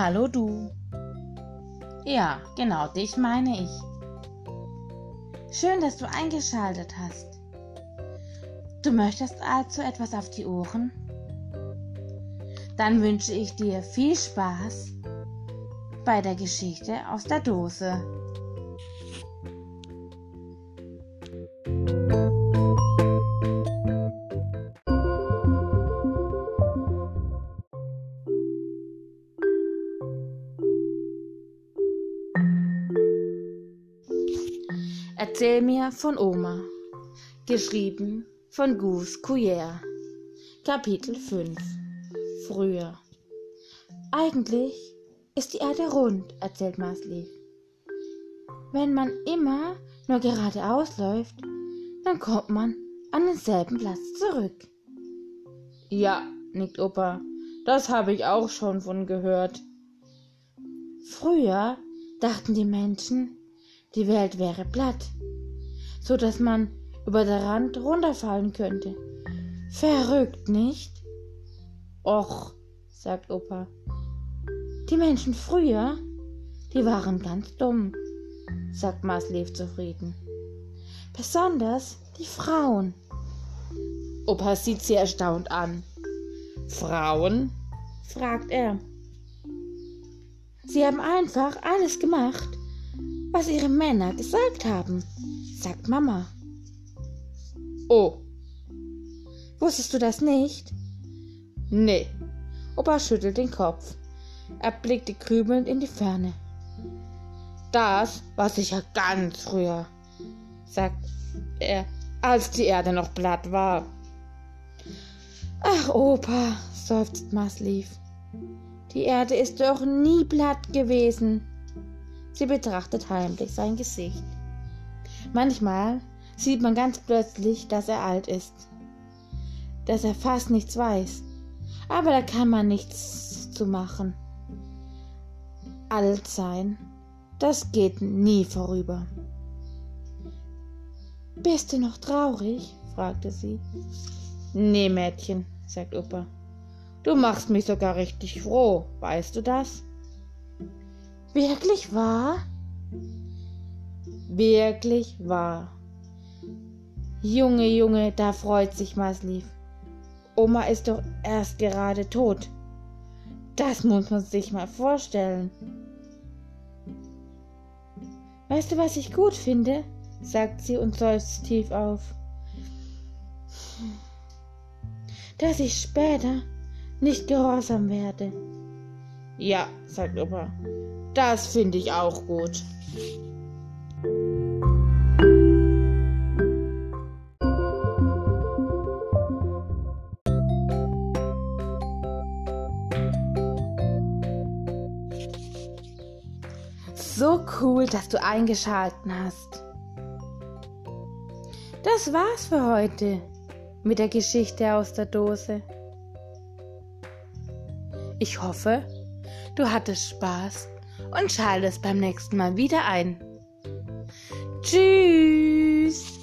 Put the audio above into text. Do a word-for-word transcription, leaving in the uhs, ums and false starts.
Hallo du. Ja, genau dich meine ich. Schön, dass du eingeschaltet hast. Du möchtest also etwas auf die Ohren? Dann wünsche ich dir viel Spaß bei der Geschichte aus der Dose. Erzähl mir von Oma. Geschrieben von Gus Couillère. Kapitel fünf. Früher. Eigentlich ist die Erde rund, erzählt Maslief. Wenn man immer nur geradeaus läuft, dann kommt man an denselben Platz zurück. Ja, nickt Opa, das habe ich auch schon von gehört. Früher dachten die Menschen, die Welt wäre platt, so dass man über den Rand runterfallen könnte. Verrückt, nicht? Och, sagt Opa. Die Menschen früher, die waren ganz dumm, sagt Maslief zufrieden. Besonders die Frauen. Opa sieht sie erstaunt an. Frauen? Fragt er. Sie haben einfach alles gemacht, was ihre Männer gesagt haben, sagt Mama. Oh. Wusstest du das nicht? Nee. Opa schüttelt den Kopf. Er blickte grübelnd in die Ferne. Das war sicher ganz früher, sagt er, als die Erde noch platt war. Ach, Opa, seufzt Maslief. Die Erde ist doch nie platt gewesen. Sie betrachtet heimlich sein Gesicht. Manchmal sieht man ganz plötzlich, dass er alt ist, dass er fast nichts weiß, aber da kann man nichts zu machen. Alt sein, das geht nie vorüber. Bist du noch traurig? Fragte sie. Nee, Mädchen, sagt Opa. Du machst mich sogar richtig froh, weißt du das? Wirklich wahr? Wirklich wahr. Junge, Junge, da freut sich Maslief. Oma ist doch erst gerade tot. Das muss man sich mal vorstellen. Weißt du, was ich gut finde? Sagt sie und seufzt tief auf. Dass ich später nicht gehorsam werde. Ja, sagt Opa. Das finde ich auch gut. So cool, dass du eingeschaltet hast. Das war's für heute mit der Geschichte aus der Dose. Ich hoffe, du hattest Spaß und schaltest beim nächsten Mal wieder ein. Tschüss!